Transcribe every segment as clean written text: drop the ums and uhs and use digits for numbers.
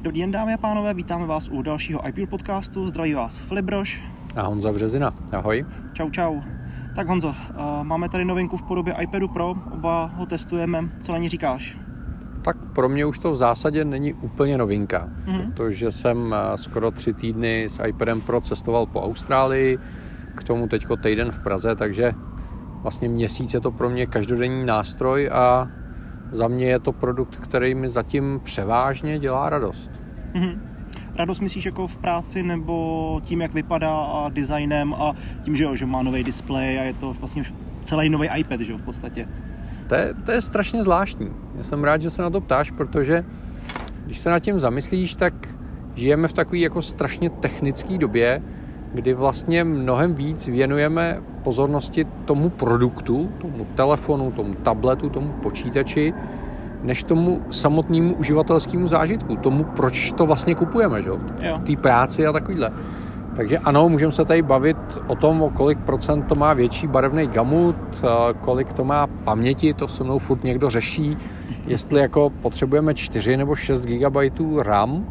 Dobrý den, dámy a pánové, vítáme vás u dalšího iPeel podcastu. Zdraví vás Filip Brož a Honza Březina. Ahoj. Čau. Tak Honzo, máme tady novinku v podobě iPadu Pro, oba ho testujeme, co na ní říkáš? Tak pro mě už to v zásadě není úplně novinka, protože jsem skoro 3 týdny s iPadem Pro cestoval po Austrálii, k tomu teďko týden v Praze, takže vlastně měsíc je to pro mě každodenní nástroj a za mě je to produkt, který mi zatím převážně dělá radost. Radost myslíš jako v práci nebo tím, jak vypadá a designem a tím, že má nový displej a je to vlastně celý nový iPad, že v podstatě? To je strašně zvláštní. Já jsem rád, že se na to ptáš, protože když se nad tím zamyslíš, tak žijeme v takové jako strašně technické době, kdy vlastně mnohem víc věnujeme pozornosti tomu produktu, tomu telefonu, tomu tabletu, tomu počítači, než tomu samotnému uživatelskému zážitku, tomu, proč to vlastně kupujeme, že? Té práci a takovýhle. Takže ano, můžeme se tady bavit o tom, o kolik procent to má větší barevný gamut, kolik to má paměti, to se mnou furt někdo řeší, jestli jako potřebujeme 4 nebo 6 GB RAM.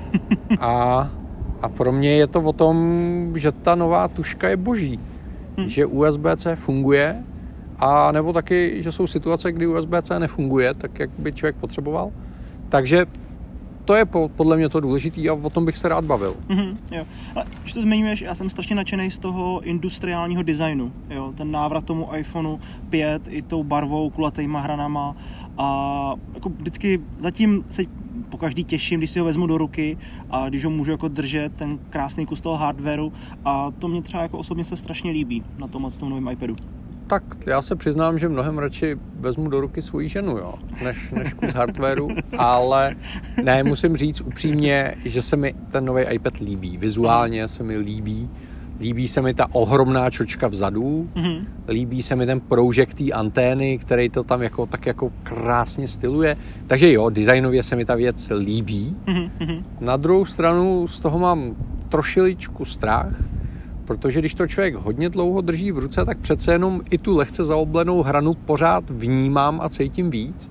A pro mě je to o tom, že ta nová tuška je boží, že USB-C funguje, a nebo taky, že jsou situace, kdy USB-C nefunguje, tak jak by člověk potřeboval. Takže to je podle mě to důležité a o tom bych se rád bavil. Jo. Ale když to zmiňuješ, já jsem strašně nadšený z toho industriálního designu. Jo? Ten návrat tomu iPhoneu 5 i tou barvou, kulatýma hranama a jako vždycky zatím se pokaždý těším, když si ho vezmu do ruky a když ho můžu jako držet, ten krásný kus toho hardwareu, a to mě třeba jako osobně se strašně líbí na tom novém iPadu. Tak já se přiznám, že mnohem radši vezmu do ruky svoji ženu, jo, než kus hardwareu, ale ne, musím říct upřímně, že se mi ten nový iPad líbí. Vizuálně se mi líbí se mi ta ohromná čočka vzadu, líbí se mi ten proužek té antény, který to tam tak jako krásně styluje. Takže jo, designově se mi ta věc líbí. Na druhou stranu z toho mám trošiličku strach, protože když to člověk hodně dlouho drží v ruce, tak přece jenom i tu lehce zaoblenou hranu pořád vnímám a cítím víc.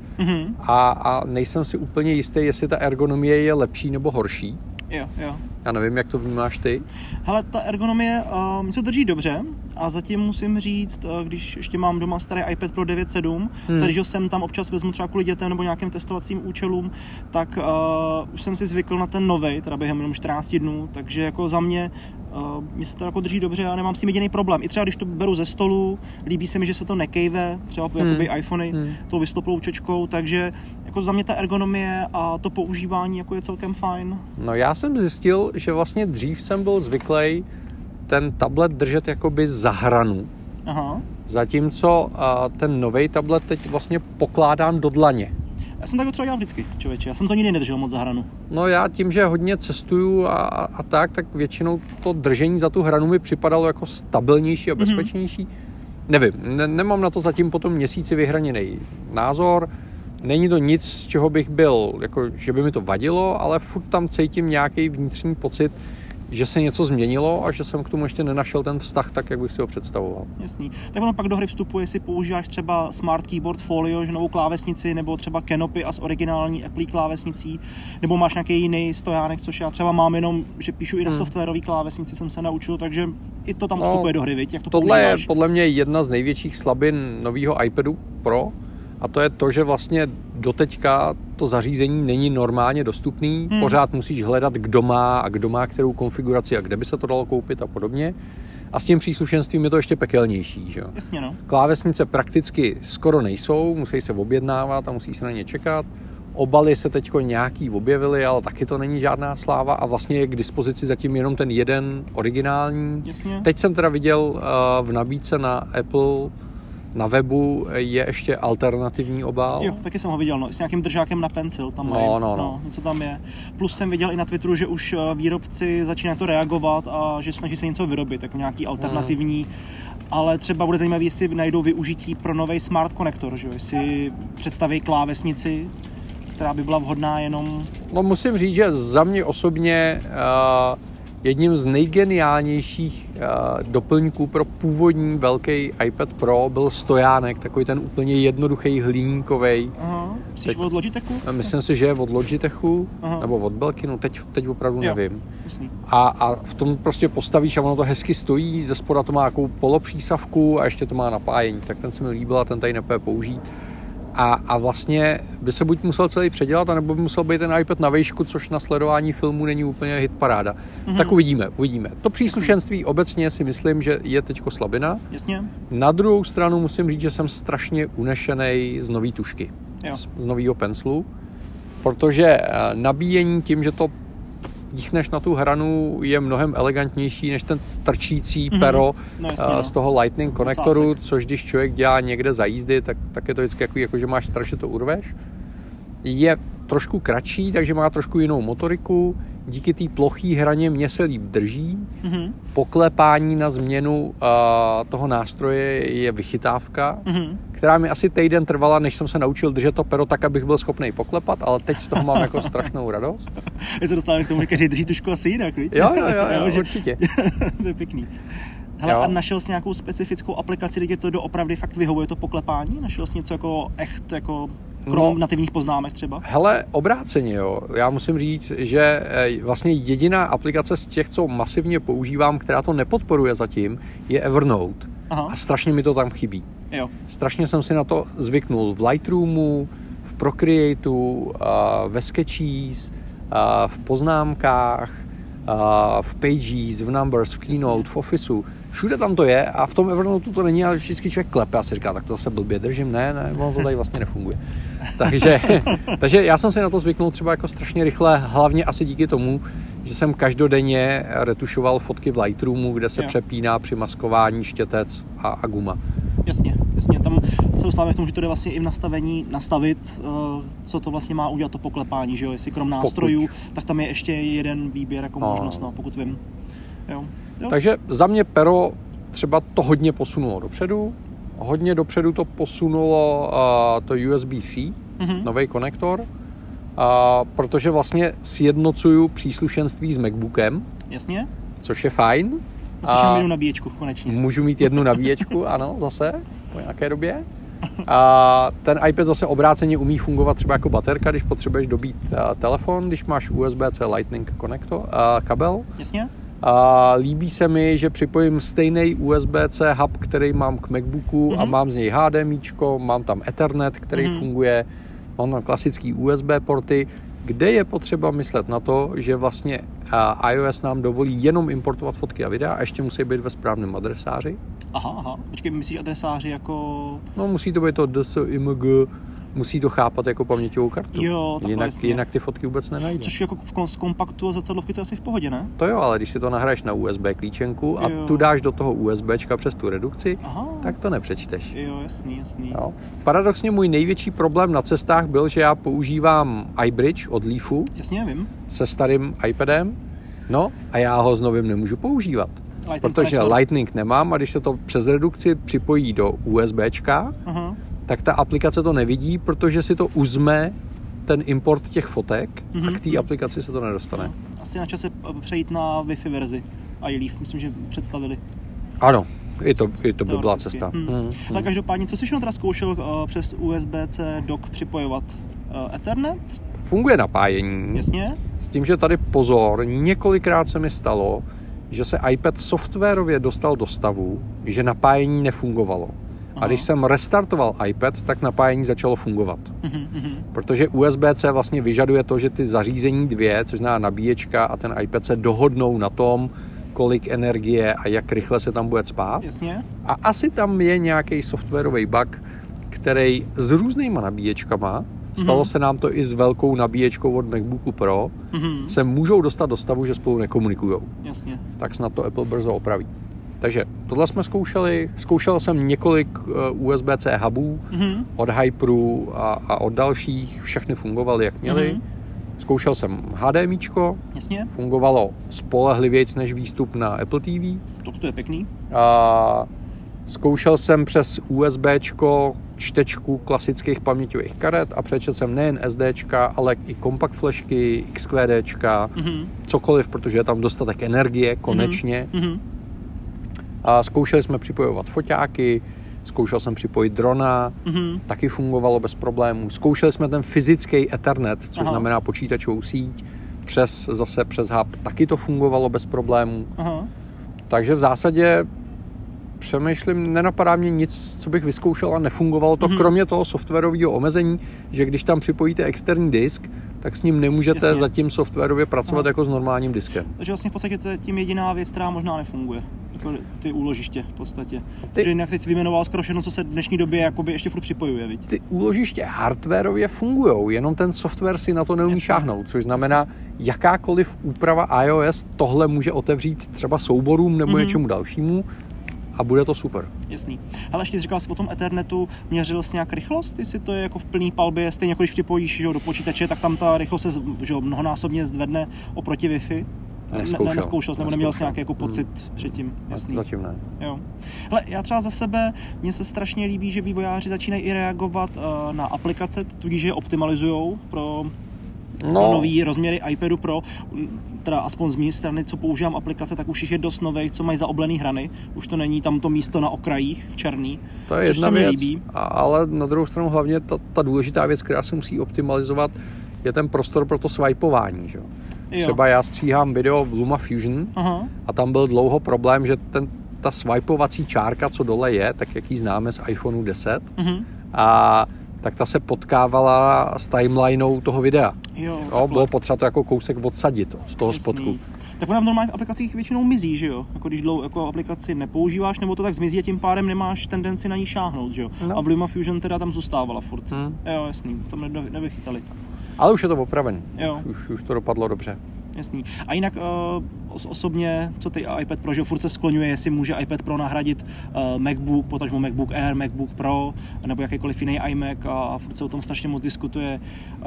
A nejsem si úplně jistý, jestli ta ergonomie je lepší nebo horší. Jo. Já nevím, jak to vnímáš ty. Hele, ta ergonomie mi se drží dobře a zatím musím říct, když ještě mám doma starý iPad Pro 9.7, takže jsem tam občas vezmu třeba kvůli dětem nebo nějakým testovacím účelům, tak už jsem si zvykl na ten novej, teda během jenom 14 dnů, takže jako za mě se to jako drží dobře a nemám s tím jediný problém. I třeba když to beru ze stolu, líbí se mi, že se to nekejve, třeba jakoby iPhony tou vystoplou čočkou, takže jako za mě ta ergonomie a to používání jako je celkem fajn. No já jsem zjistil, že vlastně dřív jsem byl zvyklý ten tablet držet jakoby za hranu. Zatímco ten novej tablet teď vlastně pokládám do dlaně. Já jsem tak třeba dělal vždycky, člověče. Já jsem to nikdy nedržel moc za hranu. No já tím, že hodně cestuju a tak většinou to držení za tu hranu mi připadalo jako stabilnější a bezpečnější. Nevím, nemám na to zatím po tom měsíci vyhraněný názor. Není to nic, z čeho bych byl, jako, že by mi to vadilo, ale furt tam cítím nějaký vnitřní pocit, že se něco změnilo a že jsem k tomu ještě nenašel ten vztah tak, jak bych si ho představoval. Jasný. Tak ono pak do hry vstupuje, jestli používáš třeba Smart Keyboard Folio, že novou klávesnici, nebo třeba Canopy a s originální Apple klávesnicí, nebo máš nějaký jiný stojánek, což já třeba mám jenom, že píšu i na softwarový klávesnici, jsem se naučil, takže i to tam vstupuje do hry, viď? Jak to tohle používáš? Je podle mě jedna z největších slabin nového iPadu Pro, a to je to, že vlastně doteďka to zařízení není normálně dostupný. Pořád musíš hledat, kdo má kterou konfiguraci a kde by se to dalo koupit a podobně. A s tím příslušenstvím je to ještě pekelnější. Že? Jasně, no. Klávesnice prakticky skoro nejsou, musí se objednávat a musí se na ně čekat. Obaly se teďko nějaký objevily, ale taky to není žádná sláva a vlastně je k dispozici zatím jenom ten jeden originální. Jasně. Teď jsem teda viděl v nabídce na Apple na webu je ještě alternativní obal. Jo, taky jsem ho viděl, s nějakým držákem na pencil tam mají. No, něco tam je. Plus jsem viděl i na Twitteru, že už výrobci začínají to reagovat a že snaží se něco vyrobit, jako nějaký alternativní. Ale třeba bude zajímavý, jestli najdou využití pro nový smart konektor, že jo? Jestli představí klávesnici, která by byla vhodná jenom... No musím říct, že za mě osobně jedním z nejgeniálnějších doplňků pro původní velký iPad Pro byl stojánek, takový ten úplně jednoduchý hliníkovej. Aha, myslíš od Logitechu? Myslím si, že je od Logitechu, nebo od Belkinu, teď opravdu nevím. A v tom prostě postavíš a ono to hezky stojí, ze spoda to má nějakou polopřísavku a ještě to má napájení, tak ten se mi líbil a ten tady nepůjde použít. A vlastně by se buď musel celý předělat, anebo by musel být ten iPad na vejšku, což na sledování filmů není úplně hitparáda. Tak uvidíme. To příslušenství obecně si myslím, že je teďko slabina. Jasně. Na druhou stranu musím říct, že jsem strašně unešenej z nový tušky. Z novýho penslu, protože nabíjení tím, že to jíchneš na tu hranu, je mnohem elegantnější než ten trčící pero z toho Lightning konektoru, což když člověk dělá někde za jízdy, tak je to vždycky jako že máš strach, že to urveš. Je trošku kratší, takže má trošku jinou motoriku. Díky té plochý hraně mě se líp drží. Poklepání na změnu toho nástroje je vychytávka, která mi asi týden trvala, než jsem se naučil držet to pero tak, abych byl schopný poklepat, ale teď z toho mám jako strašnou radost. Já se dostávám k tomu, že každý drží tušku asi jinak, víš? Jo, určitě. To je pěkný. Hele, a našel jsi nějakou specifickou aplikaci, kde to doopravdy fakt vyhovuje to poklepání? Našel jsi něco jako echt, jako krom nativních poznámek třeba? Hele, obráceně, jo. Já musím říct, že vlastně jediná aplikace z těch, co masivně používám, která to nepodporuje zatím, je Evernote. Aha. A strašně mi to tam chybí. Jo. Strašně jsem si na to zvyknul v Lightroomu, v Procreateu, ve Sketches, v poznámkách, v Pages, v Numbers, v Keynote, v Officeu. Všude tam to je a v tom Evernoteu to není, ale vždycky člověk klepe a si říká, tak to se blbě držím, ne, ono to tady vlastně nefunguje. Takže já jsem si na to zvyknul třeba jako strašně rychle, hlavně asi díky tomu, že jsem každodenně retušoval fotky v Lightroomu, kde se přepíná při maskování štětec a guma. Jasně, tam se dostáváme k tomu, že to jde vlastně i v nastavení nastavit, co to vlastně má udělat to poklepání, že jo, jestli krom nástrojů, tak tam je ještě jeden výběr jako možnost, pokud vím. Jo. Takže za mě pero třeba to hodně posunulo dopředu. Hodně dopředu to posunulo to USB-C, nový konektor, protože vlastně sjednocuju příslušenství s MacBookem. Jasně. Což je fajn. Musíš mít jednu nabíječku konečně. Můžu mít jednu nabíječku, ano, zase, po nějaké době. A ten iPad zase obráceně umí fungovat třeba jako baterka, když potřebuješ dobít telefon, když máš USB-C Lightning konektor, kabel. Jasně. Líbí se mi, že připojím stejný USB-C hub, který mám k MacBooku a mám z něj HDMIčko, mám tam Ethernet, který funguje, mám tam klasický USB porty, kde je potřeba myslet na to, že vlastně iOS nám dovolí jenom importovat fotky a videa a ještě musí být ve správném adresáři. Aha. Počkej, myslíš adresáři jako... No, musí to být to DSIMG, musí to chápat jako paměťovou kartu. Jo, jinak ty fotky vůbec nenajde. Což jako z kompaktu a zrcadlovky to je asi v pohodě, ne? To jo, ale když si to nahraješ na USB klíčenku a tu dáš do toho USBčka přes tu redukci, tak to nepřečteš. Jo, jasný. Jo. Paradoxně můj největší problém na cestách byl, že já používám iBridge od Leafu. Jasně, vím. Se starým iPadem. No a já ho s novým nemůžu používat. Protože Lightning nemám a když se to přes redukci připojí do USBčka, tak ta aplikace to nevidí, protože si to uzme ten import těch fotek a k té aplikaci se to nedostane. Asi na čase přejít na Wi-Fi verzi iLeaf, myslím, že představili. Ano, i to by byla cesta. Ale každopádně, co jsi teda zkoušel přes USB-C dock připojovat? Ethernet? Funguje napájení. Jasně. S tím, že tady pozor, několikrát se mi stalo, že se iPad softwarově dostal do stavu, že napájení nefungovalo. A když jsem restartoval iPad, tak napájení začalo fungovat. Protože USB-C vlastně vyžaduje to, že ty zařízení dvě, což znamená nabíječka a ten iPad se dohodnou na tom, kolik energie a jak rychle se tam bude cpát. Jasně. A asi tam je nějaký softwarový bug, který s různýma nabíječkama, stalo se nám to i s velkou nabíječkou od MacBooku Pro, se můžou dostat do stavu, že spolu nekomunikujou. Jasně. Tak snad to Apple brzo opraví. Takže tohle jsme zkoušeli. Zkoušel jsem několik USB-C hubů od Hyperu a od dalších. Všechny fungovaly, jak měly. Zkoušel jsem HDMIčko. Jasně. Fungovalo spolehlivějc než výstup na Apple TV. To je pěkný. Zkoušel jsem přes USBčko čtečku klasických paměťových karet a přečetl jsem nejen SDčka, ale i kompakt flashky, XQDčka, cokoliv, protože je tam dostatek energie, konečně. A zkoušeli jsme připojovat foťáky, zkoušel jsem připojit drona, taky fungovalo bez problémů. Zkoušeli jsme ten fyzický Ethernet, což znamená počítačovou síť, přes hub, taky to fungovalo bez problémů. Takže v zásadě přemýšlím, nenapadá mě nic, co bych vyzkoušel a nefungovalo to, kromě toho softwarového omezení, že když tam připojíte externí disk, tak s ním nemůžete zatím softwarově pracovat jako s normálním diskem. Takže vlastně v podstatě to je tím jediná věc, která možná nefunguje. Jako ty úložiště v podstatě. Protože jinak teď si vyjmenoval skoro všechno, co se v dnešní době jakoby ještě furt připojuje, viď? Ty úložiště hardwarově fungujou, jenom ten software si na to neumí šáhnout, což znamená, jakákoliv úprava iOS tohle může otevřít třeba souborům nebo něčemu dalšímu a bude to super. Jasný. Ale ještě říkal jsi o tom Ethernetu, měřil jsi nějak rychlost, jestli to je jako v plný palbě, stejně jako když připojíš do počítače, tak tam ta rychlost se mnohonásobně zvedne oproti Wi-Fi. Neskoušel jsi, nebo neměl jsi nějaký jako pocit předtím? Jasný. Zatím ne. Jo. Hele, já třeba za sebe, mně se strašně líbí, že vývojáři začínají i reagovat na aplikace, tudíž je optimalizujou pro nový rozměry iPadu Pro, teda aspoň z mé strany, co používám aplikace, tak už je dost nových, co mají zaoblený hrany. Už to není tam to místo na okrajích v černý. To je jedna věc, ale na druhou stranu hlavně ta důležitá věc, která se musí optimalizovat, je ten prostor pro to swipeování. Že? Třeba já stříhám video v LumaFusion a tam byl dlouho problém, že ta swipeovací čárka, co dole je, tak jak ji známe z iPhoneu 10, a tak ta se potkávala s timelineou toho videa. Bylo potřeba to jako kousek odsadit z toho spodku. Tak ona v normálních aplikacích většinou mizí, že jo? Jako když dlouho jako aplikaci nepoužíváš, nebo to tak zmizí a tím pádem nemáš tendenci na ní šáhnout, že jo? A v LumaFusion teda tam zůstávala furt. Jo, jasný, to nevychytali. Ale už je to opravený. Už to dopadlo dobře. Jasný. A jinak osobně, co ty iPad Pro, že furt se skloňuje, jestli může iPad Pro nahradit MacBook, potažmo MacBook Air, MacBook Pro, nebo jakýkoliv jiný iMac a furt se o tom strašně moc diskutuje,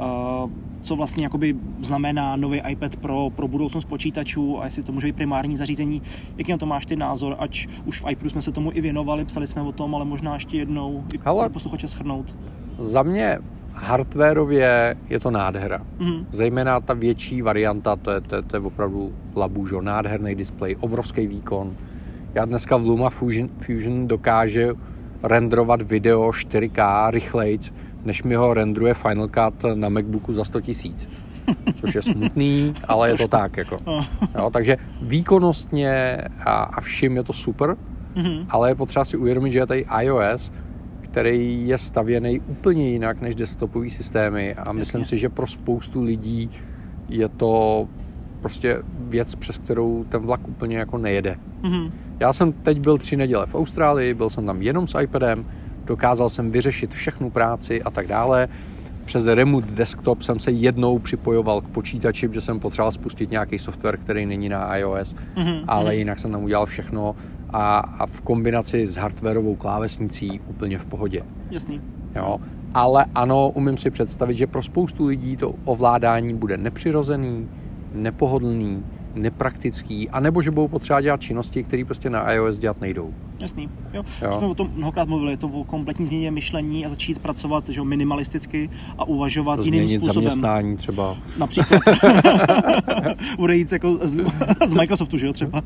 co vlastně jakoby znamená nový iPad pro budoucnost počítačů a jestli to může být primární zařízení. Jaký na to máš ty názor, ať už v iPadu jsme se tomu i věnovali, psali jsme o tom, ale možná ještě jednou i pro posluchače shrnout. Za mě hardwarově je to nádhera. Zejména ta větší varianta, to je opravdu labůžo, nádherný displej, obrovský výkon. Já dneska v LumaFusion dokážu renderovat video 4K rychlejc, než mi ho rendruje Final Cut na MacBooku za 100 000. Což je smutný, ale je to tak. Jako. Jo, takže výkonnostně a všim je to super, ale je potřeba si uvědomit, že je tady iOS, který je stavěný úplně jinak než desktopové systémy a myslím si, že pro spoustu lidí je to prostě věc, přes kterou ten vlak úplně jako nejede. Já jsem teď byl 3 neděle v Austrálii, byl jsem tam jenom s iPadem, dokázal jsem vyřešit všechnu práci a tak dále. Přes remote desktop jsem se jednou připojoval k počítači, protože jsem potřeboval spustit nějaký software, který není na iOS, ale jinak jsem tam udělal všechno a v kombinaci s hardwarovou klávesnicí úplně v pohodě. Jasný. Jo. Ale ano, umím si představit, že pro spoustu lidí to ovládání bude nepřirozený, nepohodlný, nepraktický, anebo že budou potřeba dělat činnosti, které prostě na iOS dělat nejdou. Jasný. Jo. Jsme o tom mnohokrát mluvili, je to o kompletní změně myšlení a začít pracovat minimalisticky a uvažovat jiným způsobem. Změnit zaměstnání třeba. Například. Odejít jako z Microsoftu, že jo, třeba.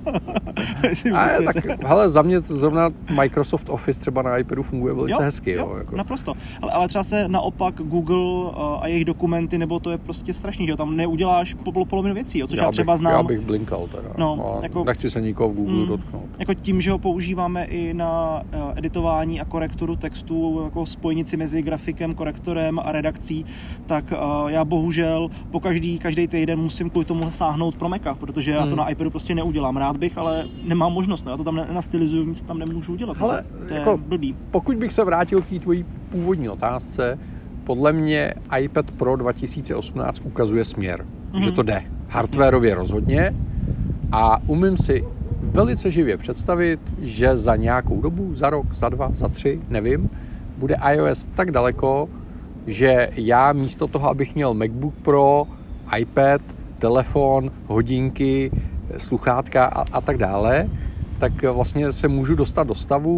Tak, hele, za mě zrovna Microsoft Office třeba na iPadu funguje velice hezky. Jo, jako. Naprosto. Ale třeba se naopak Google a jejich dokumenty, nebo to je prostě strašný, že jo, tam neuděláš polovinu věcí, jo, což já třeba znám. Já bych blinkal teda. No, jako, nechci se nikoho v Google dotknout. Jako tím, že ho používáme i na editování a korekturu textu, jako spojnici mezi grafikem, korektorem a redakcí, tak já bohužel po každý týden musím kvůli tomu sáhnout pro Maca, protože já to na iPadu prostě neudělám. Rád bych, ale nemám možnost, já to tam nenastylizuju, nic tam nemůžu udělat. Ale to je jako, blbý. Pokud bych se vrátil k té tvojí původní otázce, podle mě iPad Pro 2018 ukazuje směr, že to jde. Hardwarově rozhodně a umím si velice živě představit, že za nějakou dobu, za rok, za 2, za 3, nevím, bude iOS tak daleko, že já místo toho, abych měl MacBook Pro, iPad, telefon, hodinky, sluchátka a tak dále, tak vlastně se můžu dostat do stavu,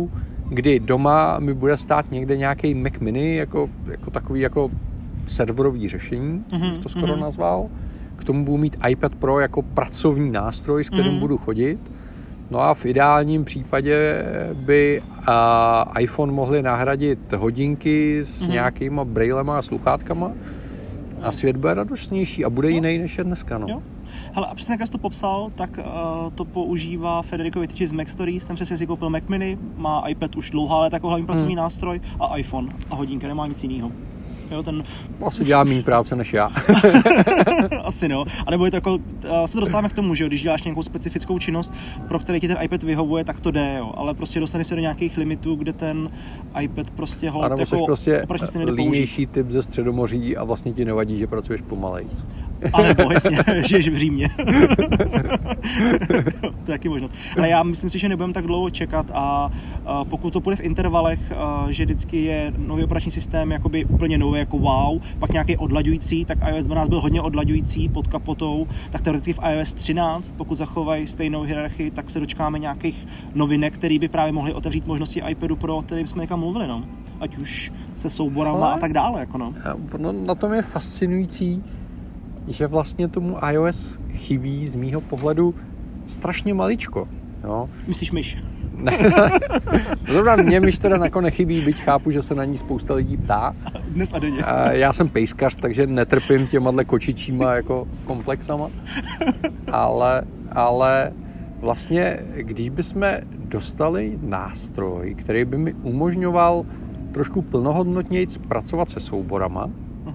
kdy doma mi bude stát někde nějaký Mac Mini jako takový jako serverový řešení, bych to skoro nazval. K tomu budu mít iPad Pro jako pracovní nástroj, s kterým budu chodit. No a v ideálním případě by iPhone mohli nahradit hodinky s nějakýma brailema a sluchátkama a svět bude radostnější a bude jiný, než je dneska. No. Jo. Hele, a přesně jak jsi to popsal, tak to používá Federico Vitici z Mac Stories, ten přesně si koupil Mac Mini, má iPad už dlouhá léta jako hlavní pracovní nástroj a iPhone a hodinka, nemá nic jiného. Jo, ten asi dělá méně práce než já. Asi no. A nebo je to jako, se to dostáváme k tomu, že jo, když děláš nějakou specifickou činnost, pro který ti ten iPad vyhovuje, tak to jde, jo. Ale prostě dostaneš se do nějakých limitů, kde ten iPad prostě ho jako jsi prostě línější typ ze Středomoří a vlastně ti nevadí, že pracuješ pomalejc. A nebo jasně, žiješ v Římě. To je taky možnost. Ale já myslím si, že nebudeme tak dlouho čekat a pokud to půjde v intervalech, že vždycky je nový operační systém jakoby úplně nový, jako wow, pak nějaký odlaďující, tak iOS 12 byl hodně odlaďující pod kapotou, tak teoreticky v iOS 13, pokud zachovají stejnou hierarchii, tak se dočkáme nějakých novinek, které by právě mohly otevřít možnosti iPadu Pro, o kterým jsme někam mluvili, no. Ať už se souborama a tak dále, jako no. Na tom je fascinující, že vlastně tomu iOS chybí z mýho pohledu strašně maličko. Jo? Myslíš myš? Ne. Zrovna mě myš teda nakonec nechybí, byť chápu, že se na ní spousta lidí ptá. Dnes a denně. Já jsem pejskař, takže netrpím těma kočičíma jako komplexama. Ale vlastně, když bychom dostali nástroj, který by mi umožňoval trošku plnohodnotněji pracovat se souborama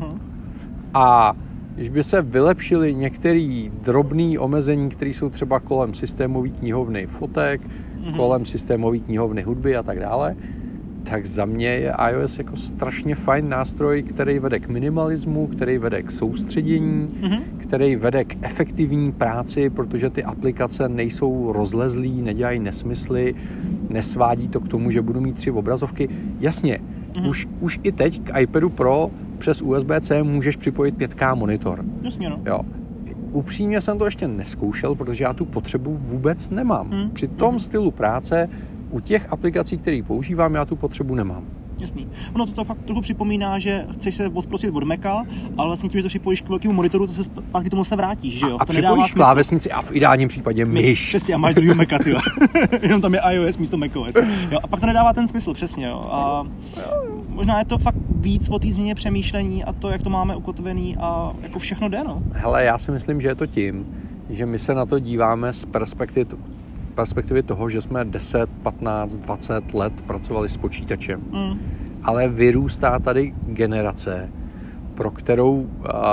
a když by se vylepšily některé drobné omezení, které jsou třeba kolem systémové knihovny fotek, kolem systémové knihovny hudby a tak dále, tak za mě je iOS jako strašně fajn nástroj, který vede k minimalismu, který vede k soustředění, který vede k efektivní práci, protože ty aplikace nejsou rozlezlý, nedělají nesmysly, nesvádí to k tomu, že budu mít 3 obrazovky. Jasně, už i teď k iPadu Pro přes USB-C můžeš připojit 5K monitor. Jasně, no. Jo. Upřímně jsem to ještě neskoušel, protože já tu potřebu vůbec nemám. Při tom stylu práce u těch aplikací, které používám, já tu potřebu nemám. Jasný. Ono to fakt trochu připomíná, že chceš se odprosit od Maca, ale vlastně tím, že to připojíš k velkému monitoru, to se zpátky tomu se vrátíš, že jo? A připojíš klávesnici a v ideálním případě myš. Přesně, a máš druhý Maca, tyjo. Jenom tam je iOS místo macOS. Jo, a pak to nedává ten smysl, přesně, jo. A možná je to fakt víc o té změně přemýšlení a to, jak to máme ukotvený a jako všechno jde, no. Hele, já si myslím, že je to tím, že my se na to díváme z perspektivy toho, že jsme 10, 15, 20 let pracovali s počítačem. Ale vyrůstá tady generace, pro kterou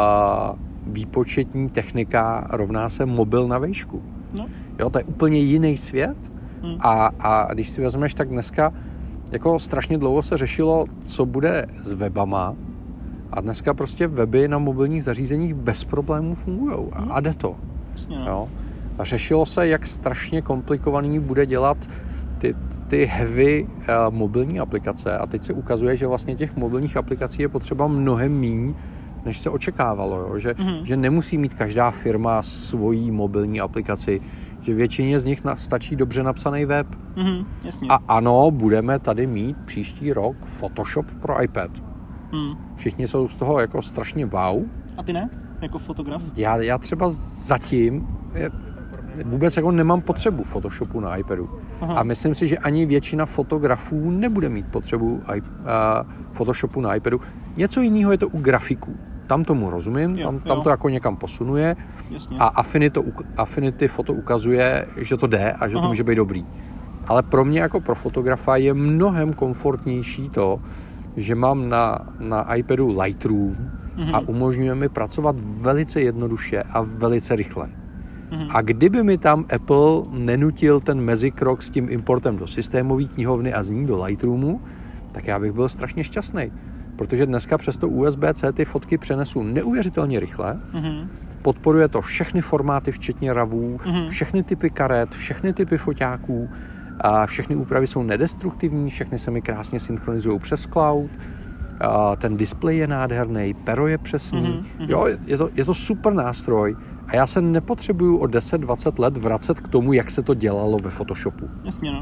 výpočetní technika rovná se mobil na vejšku. No. Jo, to je úplně jiný svět. A když si vezmeš, tak dneska jako strašně dlouho se řešilo, co bude s webama. A dneska prostě weby na mobilních zařízeních bez problémů fungujou. A jde to. Jo. A řešilo se, jak strašně komplikovaný bude dělat ty heavy mobilní aplikace. A teď se ukazuje, že vlastně těch mobilních aplikací je potřeba mnohem míň, než se očekávalo. Jo? Že nemusí mít každá firma svoji mobilní aplikaci. Že většině z nich stačí dobře napsaný web. Jasně. A ano, budeme tady mít příští rok Photoshop pro iPad. Všichni jsou z toho jako strašně wow. A ty ne? Jako fotograf? Já třeba zatím vůbec jako nemám potřebu Photoshopu na iPadu. A myslím si, že ani většina fotografů nebude mít potřebu Photoshopu na iPadu. Něco jiného je to u grafiků. Tam tomu rozumím, tam to jako někam posunuje. Jasně. A Affinity Photo ukazuje, že to jde a že to může být dobrý. Ale pro mě jako pro fotografa je mnohem komfortnější to, že mám na iPadu Lightroom a umožňuje mi pracovat velice jednoduše a velice rychle. A kdyby mi tam Apple nenutil ten mezikrok s tím importem do systémové knihovny a z ní do Lightroomu, tak já bych byl strašně šťastný. Protože dneska přes to USB-C ty fotky přenesu neuvěřitelně rychle. Podporuje to všechny formáty, včetně RAWů, všechny typy karet, všechny typy foťáků. A všechny úpravy jsou nedestruktivní, všechny se mi krásně synchronizují přes cloud. Ten displej je nádherný, pero je přesný. Jo, je to super nástroj a já se nepotřebuju o 10-20 let vracet k tomu, jak se to dělalo ve Photoshopu. Jasně, no.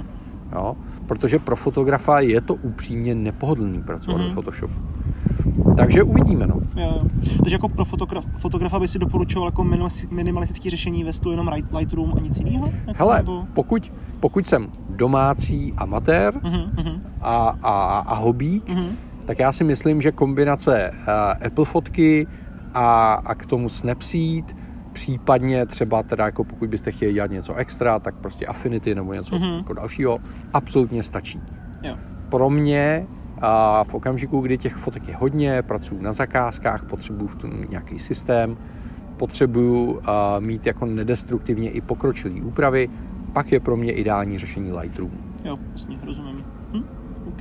Jo? Protože pro fotografa je to upřímně nepohodlný pracovat ve Photoshopu. Takže uvidíme, no. Jo. Takže jako pro fotografa by si doporučoval jako minimalistické řešení ve stylu jenom Lightroom a nic jiného? Hele, pokud jsem domácí amatér a hobík, tak já si myslím, že kombinace Apple fotky a k tomu Snapseed, případně třeba teda jako pokud byste chtěli dělat něco extra, tak prostě Affinity nebo něco jako dalšího, absolutně stačí. Jo. Pro mě v okamžiku, kdy těch fotek je hodně, pracuji na zakázkách, potřebuju v tom nějaký systém, potřebuju mít jako nedestruktivně i pokročilý úpravy, pak je pro mě ideální řešení Lightroom. Jo, jasně, rozumím. OK.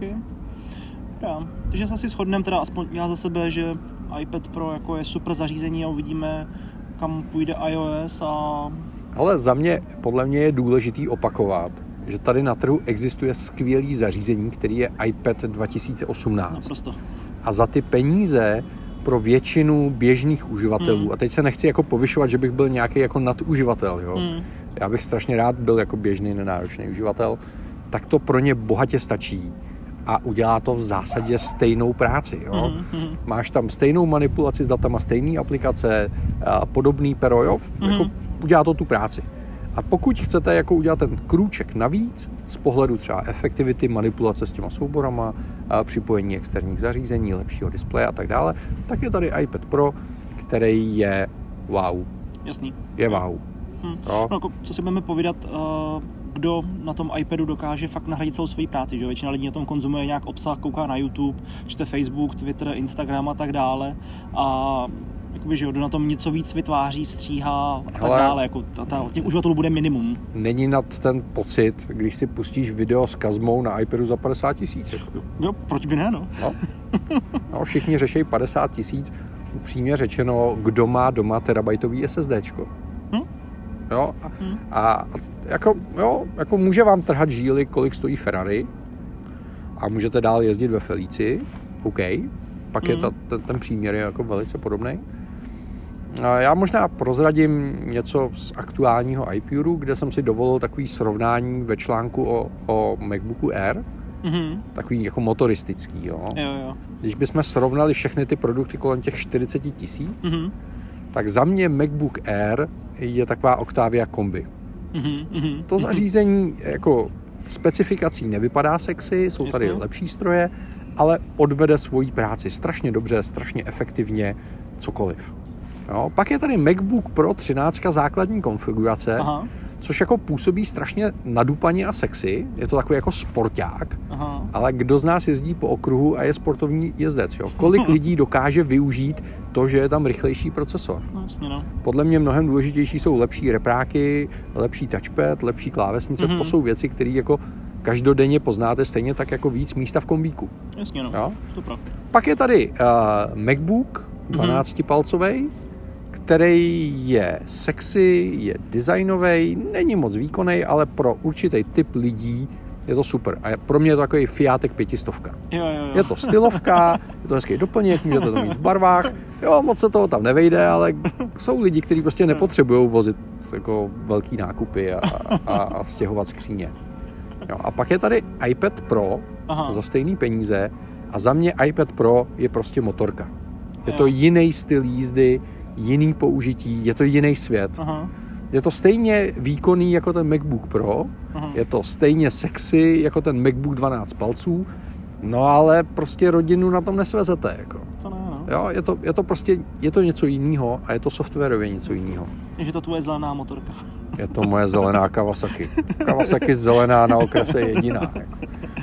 Dobrá. Takže se asi shodneme, teda aspoň já za sebe, že iPad Pro jako je super zařízení a uvidíme, kam půjde iOS a... Ale za mě, podle mě je důležitý opakovat, že tady na trhu existuje skvělý zařízení, který je iPad 2018. Naprosto. A za ty peníze pro většinu běžných uživatelů, a teď se nechci jako povyšovat, že bych byl nějaký jako naduživatel, jo. Já bych strašně rád byl jako běžný nenáročný uživatel, tak to pro ně bohatě stačí a udělá to v zásadě stejnou práci, jo. Máš tam stejnou manipulaci s datama, stejné aplikace, podobný pero, jo, jako udělá to tu práci. A pokud chcete jako udělat ten krůček navíc z pohledu třeba efektivity, manipulace s těma souborama, připojení externích zařízení, lepšího displeje a tak dále, tak je tady iPad Pro, který je wow. Jasný. Je wow. No, jako, co si budeme povídat, kdo na tom iPadu dokáže fakt nahradit celou svoji práci, že? Většina lidí na tom konzumuje nějak obsah, kouká na YouTube, čte Facebook, Twitter, Instagram a tak dále a jakoby, že na tom něco víc vytváří, stříhá a tak dále, jako těch uživatelů bude minimum. Není nad ten pocit, když si pustíš video s Kazmou na iPadu za 50 000. Jako. Jo, proč by ne, no? No, všichni řeší 50 000, upřímně řečeno, kdo má doma terabajtový SSDčko. Jo, a jako může vám trhat žíly, kolik stojí Ferrari a můžete dál jezdit ve Felici, OK, pak je ten příměr je jako velice podobný. Já možná prozradím něco z aktuálního iPuru, kde jsem si dovolil takový srovnání ve článku o MacBooku Air, takový jako motoristický, jo. Když bychom srovnali všechny ty produkty kolem těch 40 000, tak za mě MacBook Air je taková Octavia kombi. To zařízení jako specifikací nevypadá sexy, jsou tady lepší stroje, ale odvede svoji práci strašně dobře, strašně efektivně, cokoliv. Jo? Pak je tady MacBook Pro 13 základní konfigurace, což jako působí strašně nadupaně a sexy. Je to takový jako sporták, ale kdo z nás jezdí po okruhu a je sportovní jezdec? Jo? Kolik lidí dokáže využít to, že je tam rychlejší procesor? Podle mě mnohem důležitější jsou lepší repráky, lepší touchpad, lepší klávesnice. To jsou věci, které jako každodenně poznáte stejně tak jako víc místa v kombíku. Jasně, no. Jo? Super. Pak je tady MacBook 12-palcovej, který je sexy, je designovej, není moc výkonný, ale pro určitý typ lidí je to super. A pro mě je to takový Fiatek 500. Jo. Je to stylovka, je to hezký doplněk, můžete to mít v barvách. Jo, moc se toho tam nevejde, ale jsou lidi, kteří prostě nepotřebují vozit jako velký nákupy a stěhovat skříně. Jo, a pak je tady iPad Pro za stejný peníze a za mě iPad Pro je prostě motorka. Je to jiný styl jízdy, jiný použití, je to jiný svět. Je to stejně výkonný jako ten MacBook Pro, je to stejně sexy jako ten MacBook 12 palců, no ale prostě rodinu na tom nesvezete. Jako. To ne, no. Jo, je to prostě, je to něco jiného a je to softwarově něco jiného. Je to tvoje zelená motorka. Je to moje zelená Kawasaki. Kawasaki zelená na okrese je jediná. Jako.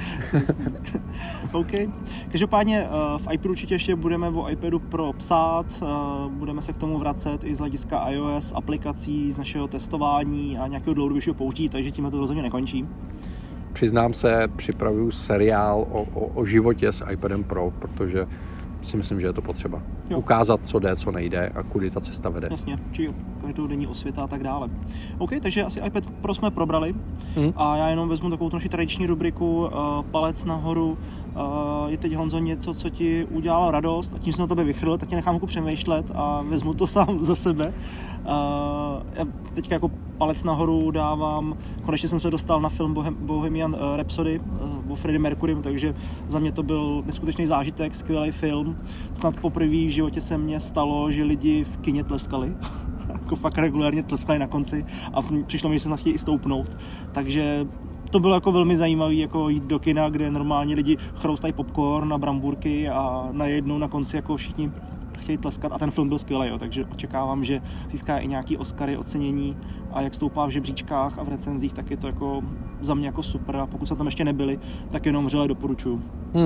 OK. Každopádně v iPadu určitě ještě budeme o iPadu Pro psát, budeme se k tomu vracet i z hlediska iOS aplikací, z našeho testování a nějakého dlouhodobějšího použití, takže tím to rozhodně nekončí. Přiznám se, připravuju seriál o životě s iPadem Pro, protože si myslím, že je to potřeba. Ukázat, co jde, co nejde a kudy ta cesta vede. Jasně, či každodenní osvěta a tak dále. OK, takže asi iPad Pro jsme probrali a já jenom vezmu takovou naši tradiční rubriku palec nahoru. Je teď, Honzo, něco, co ti udělalo radost a tím jsem na tebe vychrl, tak tě nechám jako přemýšlet a vezmu to sám za sebe. Já teďka jako palec nahoru dávám, konečně jsem se dostal na film Bohemian Rhapsody o Freddie Mercurym, takže za mě to byl neskutečný zážitek, skvělý film. Snad poprvé v životě se mně stalo, že lidi v kině tleskali. Jako fakt regulárně tleskali na konci a přišlo mi, že se snad chtějí i stoupnout. Takže to bylo jako velmi zajímavé jako jít do kina, kde normálně lidi chroustají popcorn a bramburky a najednou na konci jako všichni chtějí tleskat a ten film byl skvělý, jo, takže očekávám, že získá i nějaký Oscary, ocenění a jak stoupá v žebříčkách a v recenzích, tak je to jako za mě jako super a pokud se tam ještě nebyli, tak jenom vřele doporučuju.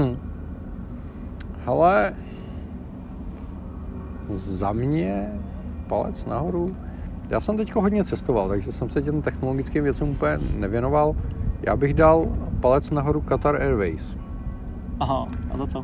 Hele, za mě palec nahoru. Já jsem teďko hodně cestoval, takže jsem se těm technologickým věcem úplně nevěnoval. Já bych dal palec nahoru Qatar Airways. Aha, a za co?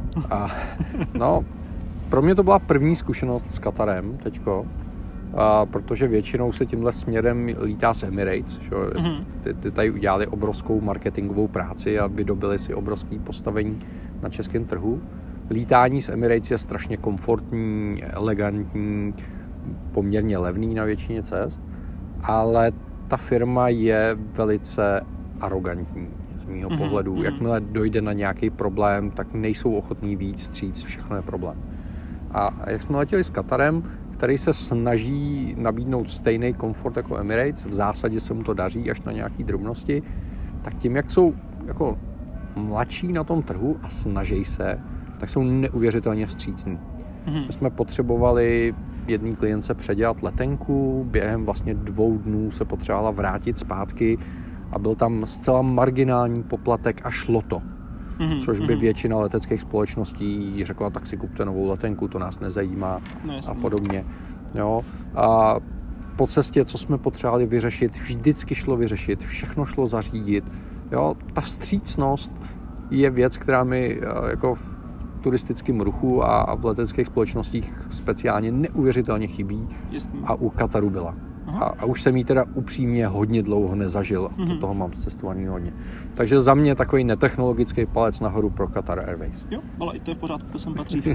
No, pro mě to byla první zkušenost s Qatarem teďko, protože většinou se tímhle směrem lítá s Emirates. Ty tady udělali obrovskou marketingovou práci a vydobili si obrovský postavení na českém trhu. Lítání s Emirates je strašně komfortní, elegantní, poměrně levný na většině cest, ale ta firma je velice arrogantní z mýho pohledu. Jakmile dojde na nějaký problém, tak nejsou ochotní víc vstříc, všechno je problém. A jak jsme letěli s Qatarem, který se snaží nabídnout stejný komfort jako Emirates, v zásadě se mu to daří až na nějaký drobnosti, tak tím, jak jsou jako mladší na tom trhu a snaží se, tak jsou neuvěřitelně vstřícní. My jsme potřebovali jedný klientce předělat letenku, během vlastně 2 dnů se potřebovala vrátit zpátky a byl tam zcela marginální poplatek a šlo to. Což by většina leteckých společností řekla, tak si kupte novou letenku, to nás nezajímá a podobně. Jo? A po cestě, co jsme potřebovali vyřešit, vždycky šlo vyřešit, všechno šlo zařídit. Jo? Ta vstřícnost je věc, která mi jako v turistickém ruchu a v leteckých společnostích speciálně neuvěřitelně chybí. A u Qataru byla. A už jsem jí teda upřímně hodně dlouho nezažil. Toho mám cestovaný hodně. Takže za mě takový netechnologický palec nahoru pro Qatar Airways. Jo, ale to je v pořádku, to sem patří.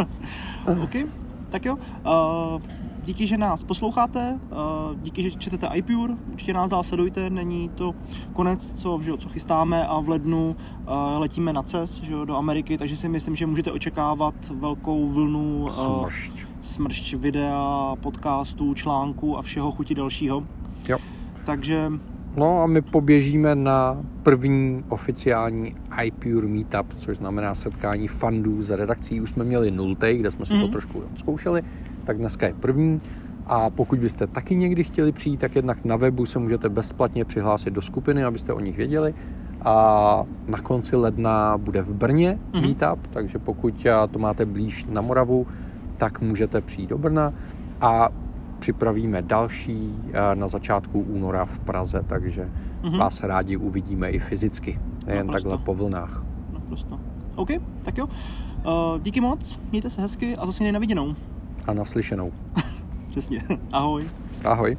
OK, tak jo. Díky, že nás posloucháte, díky, že čtete iPure, určitě nás dál sledujte, není to konec, co chystáme a v lednu letíme na CES do Ameriky, takže si myslím, že můžete očekávat velkou vlnu smršť videa, podcastů, článků a všeho chuti dalšího. Jo. Takže... No a my poběžíme na první oficiální iPure Meetup, což znamená setkání fandů z redakcí. Už jsme měli 0, kde jsme si to trošku zkoušeli, tak dneska je první. A pokud byste taky někdy chtěli přijít, tak jednak na webu se můžete bezplatně přihlásit do skupiny, abyste o nich věděli. A na konci ledna bude v Brně Meetup, takže pokud to máte blíž na Moravu, tak můžete přijít do Brna. A připravíme další na začátku února v Praze, takže vás rádi uvidíme i fyzicky, nejen takhle po vlnách. Naprosto. OK, tak jo. Díky moc, mějte se hezky a zase na viděnou. A naslyšenou. Přesně. Ahoj. Ahoj.